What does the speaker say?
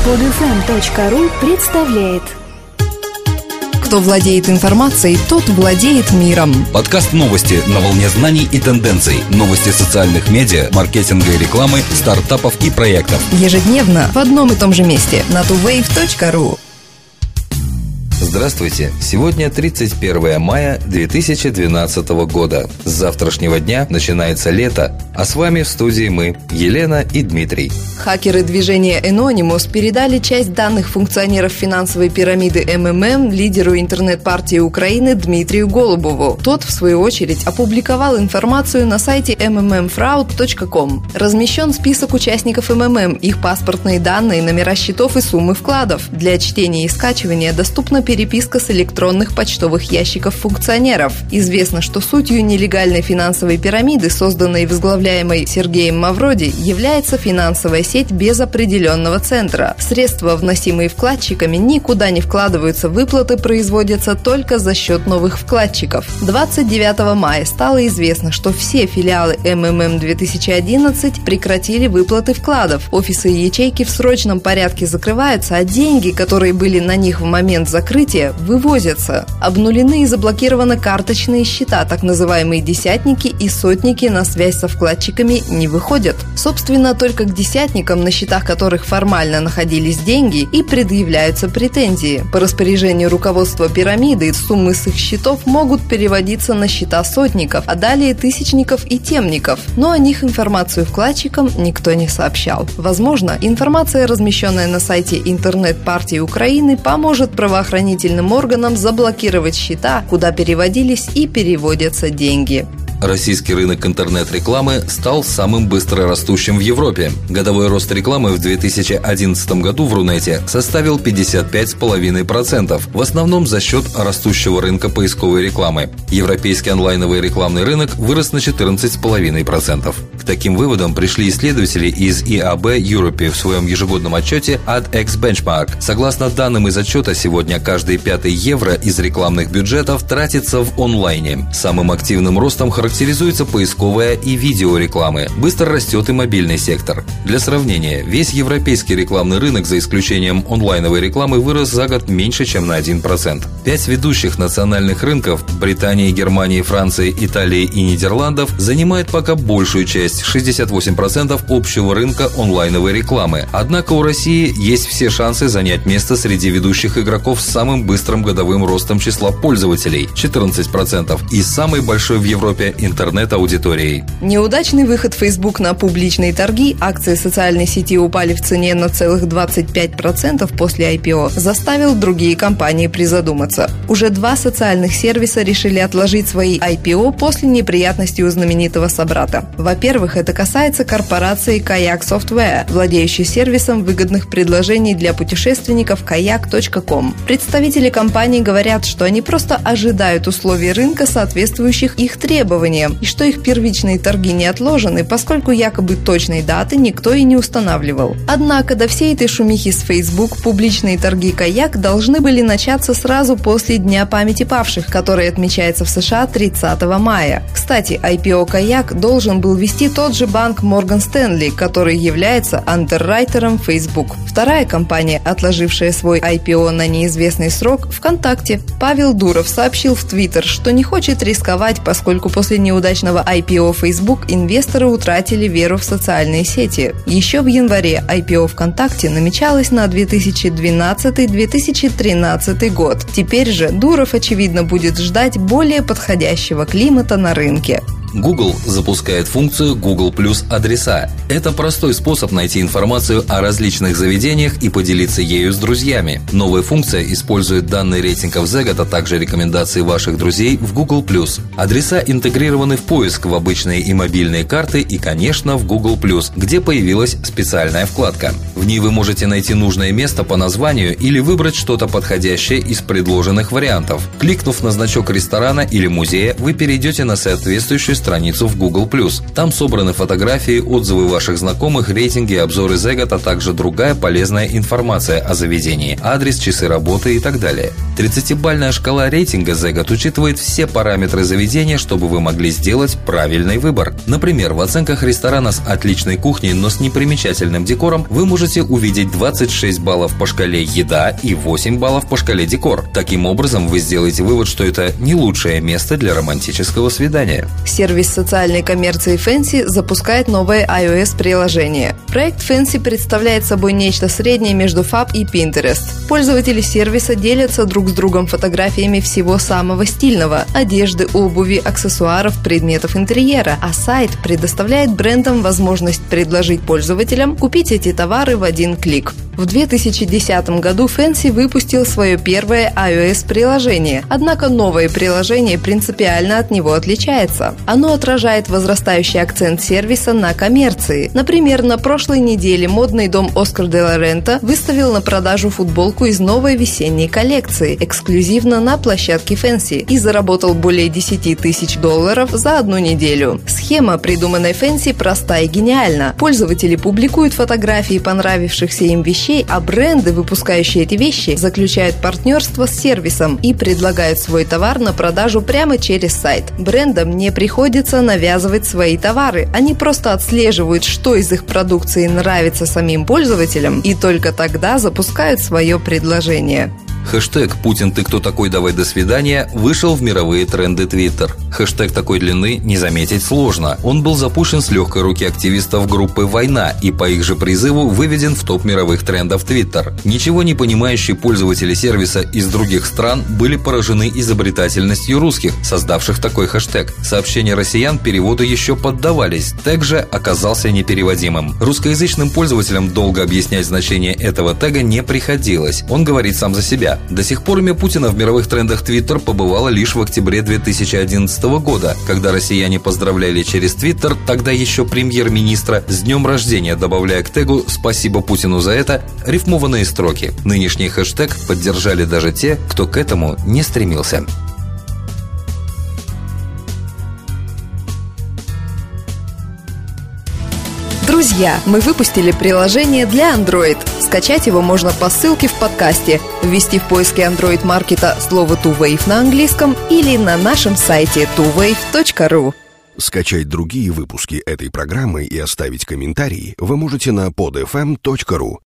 Podfm.ru представляет. Кто владеет информацией, тот владеет миром. Подкаст новости на волне знаний и тенденций. Новости социальных медиа, маркетинга и рекламы, стартапов и проектов. Ежедневно в одном и том же месте на tuwave.ru. Здравствуйте! Сегодня 31 мая 2012 года. С завтрашнего дня начинается лето, а с вами в студии мы, Елена и Дмитрий. Хакеры движения Anonymous передали часть данных функционеров финансовой пирамиды МММ лидеру интернет-партии Украины Дмитрию Голубову. Тот, в свою очередь, опубликовал информацию на сайте mmmfraud.com. Размещен список участников МММ, их паспортные данные, номера счетов и суммы вкладов. Для чтения и скачивания доступна переписка с электронных почтовых ящиков функционеров. Известно, что сутью нелегальной финансовой пирамиды, созданной и возглавляемой Сергеем Мавроди, является финансовая сеть без определенного центра. Средства, вносимые вкладчиками, никуда не вкладываются, выплаты производятся только за счет новых вкладчиков. 29 мая стало известно, что все филиалы МММ 2011 прекратили выплаты вкладов. Офисы и ячейки в срочном порядке закрываются, а деньги, которые были на них в момент закрытия, вывозятся. Обнулены и заблокированы карточные счета, так называемые десятники и сотники на связь со вкладчиками не выходят. Собственно, только к десятникам, на счетах которых формально находились деньги, и предъявляются претензии. По распоряжению руководства пирамиды суммы с их счетов могут переводиться на счета сотников, а далее тысячников и темников. Но о них информацию вкладчикам никто не сообщал. Возможно, информация, размещенная на сайте интернет-партии Украины, поможет правоохранительным органам заблокировать счета, куда переводились и переводятся деньги. Российский рынок интернет-рекламы стал самым быстрорастущим в Европе. Годовой рост рекламы в 2011 году в Рунете составил 55,5%, в основном за счет растущего рынка поисковой рекламы. Европейский онлайновый рекламный рынок вырос на 14,5%. К таким выводам пришли исследователи из IAB Europe в своем ежегодном отчете AdX Benchmark. Согласно данным из отчета, сегодня каждый 5-й евро из рекламных бюджетов тратится в онлайне. Самым активным ростом характеризуется поисковая и видеорекламы. Быстро растет и мобильный сектор. Для сравнения, весь европейский рекламный рынок, за исключением онлайновой рекламы, вырос за год меньше, чем на 1%. 5 ведущих национальных рынков – Британии, Германии, Франции, Италии и Нидерландов – занимают пока большую часть – 68% общего рынка онлайновой рекламы. Однако у России есть все шансы занять место среди ведущих игроков с самым быстрым годовым ростом числа пользователей – 14%, и самой большой в Европе интернет-аудиторией. Неудачный выход Facebook на публичные торги, акции социальной сети упали в цене на целых 25% после IPO, заставил другие компании призадуматься. Уже 2 социальных сервиса решили отложить свои IPO после неприятностей у знаменитого собрата. Во-первых, это касается корпорации Kayak Software, владеющей сервисом выгодных предложений для путешественников kayak.com. Представители компании говорят, что они просто ожидают условий рынка, соответствующих их требованиям, и что их первичные торги не отложены, поскольку якобы точной даты никто и не устанавливал. Однако до всей этой шумихи с Facebook публичные торги Kayak должны были начаться сразу после Дня памяти павших, который отмечается в США 30 мая. Кстати, IPO Kayak должен был вести тот же банк Morgan Stanley, который является андеррайтером Facebook. Вторая компания, отложившая свой IPO на неизвестный срок, ВКонтакте. Павел Дуров сообщил в Twitter, что не хочет рисковать, поскольку после неудачного IPO Facebook инвесторы утратили веру в социальные сети. Еще в январе IPO ВКонтакте намечалось на 2012-2013 год. Теперь же Дуров, очевидно, будет ждать более подходящего климата на рынке. Google запускает функцию Google Plus адреса. Это простой способ найти информацию о различных заведениях и поделиться ею с друзьями. Новая функция использует данные рейтингов Zagat, а также рекомендации ваших друзей в Google Plus. Адреса интегрированы в поиск, в обычные и мобильные карты и, конечно, в Google Plus, где появилась специальная вкладка. В ней вы можете найти нужное место по названию или выбрать что-то подходящее из предложенных вариантов. Кликнув на значок ресторана или музея, вы перейдете на соответствующую страницу в Google+. Там собраны фотографии, отзывы ваших знакомых, рейтинги, обзоры Zagat, а также другая полезная информация о заведении, адрес, часы работы и так далее. 30-бальная шкала рейтинга Zagat учитывает все параметры заведения, чтобы вы могли сделать правильный выбор. Например, в оценках ресторана с отличной кухней, но с непримечательным декором вы можете сможете увидеть 26 баллов по шкале «Еда» и 8 баллов по шкале «Декор». Таким образом, вы сделаете вывод, что это не лучшее место для романтического свидания. Сервис социальной коммерции Fancy запускает новое iOS-приложение. Проект Fancy представляет собой нечто среднее между Fab и Pinterest. Пользователи сервиса делятся друг с другом фотографиями всего самого стильного – одежды, обуви, аксессуаров, предметов интерьера, а сайт предоставляет брендам возможность предложить пользователям купить эти товары в один клик. В 2010 году Fancy выпустил свое первое iOS-приложение, однако новое приложение принципиально от него отличается. Оно отражает возрастающий акцент сервиса на коммерции. Например, на прошлой неделе модный дом Оскар де ла Рента выставил на продажу футболку из новой весенней коллекции, эксклюзивно на площадке Fancy, и заработал более $10 тысяч за одну неделю. Схема, придуманная Fancy, проста и гениальна. Пользователи публикуют фотографии понравившихся им вещей, а бренды, выпускающие эти вещи, заключают партнерство с сервисом и предлагают свой товар на продажу прямо через сайт. Брендам не приходится навязывать свои товары, они просто отслеживают, что из их продукции нравится самим пользователям, и только тогда запускают свое предложение. Хэштег «Путин, ты кто такой? Давай до свидания» вышел в мировые тренды Twitter. Хэштег такой длины не заметить сложно. Он был запущен с легкой руки активистов группы «Война» и по их же призыву выведен в топ мировых трендов Twitter. Ничего не понимающие пользователи сервиса из других стран были поражены изобретательностью русских, создавших такой хэштег. Сообщения россиян переводу еще поддавались, тег же оказался непереводимым. Русскоязычным пользователям долго объяснять значение этого тега не приходилось. Он говорит сам за себя. До сих пор имя Путина в мировых трендах Twitter побывало лишь в октябре 2011 года, когда россияне поздравляли через Twitter тогда еще премьер-министра с днем рождения, добавляя к тегу «Спасибо Путину за это» рифмованные строки. Нынешний хэштег поддержали даже те, кто к этому не стремился. Друзья, мы выпустили приложение для Android. Скачать его можно по ссылке в подкасте, ввести в поиске Android-маркета слово TwoWave на английском или на нашем сайте twowave.ru. Скачать другие выпуски этой программы и оставить комментарии вы можете на podfm.ru.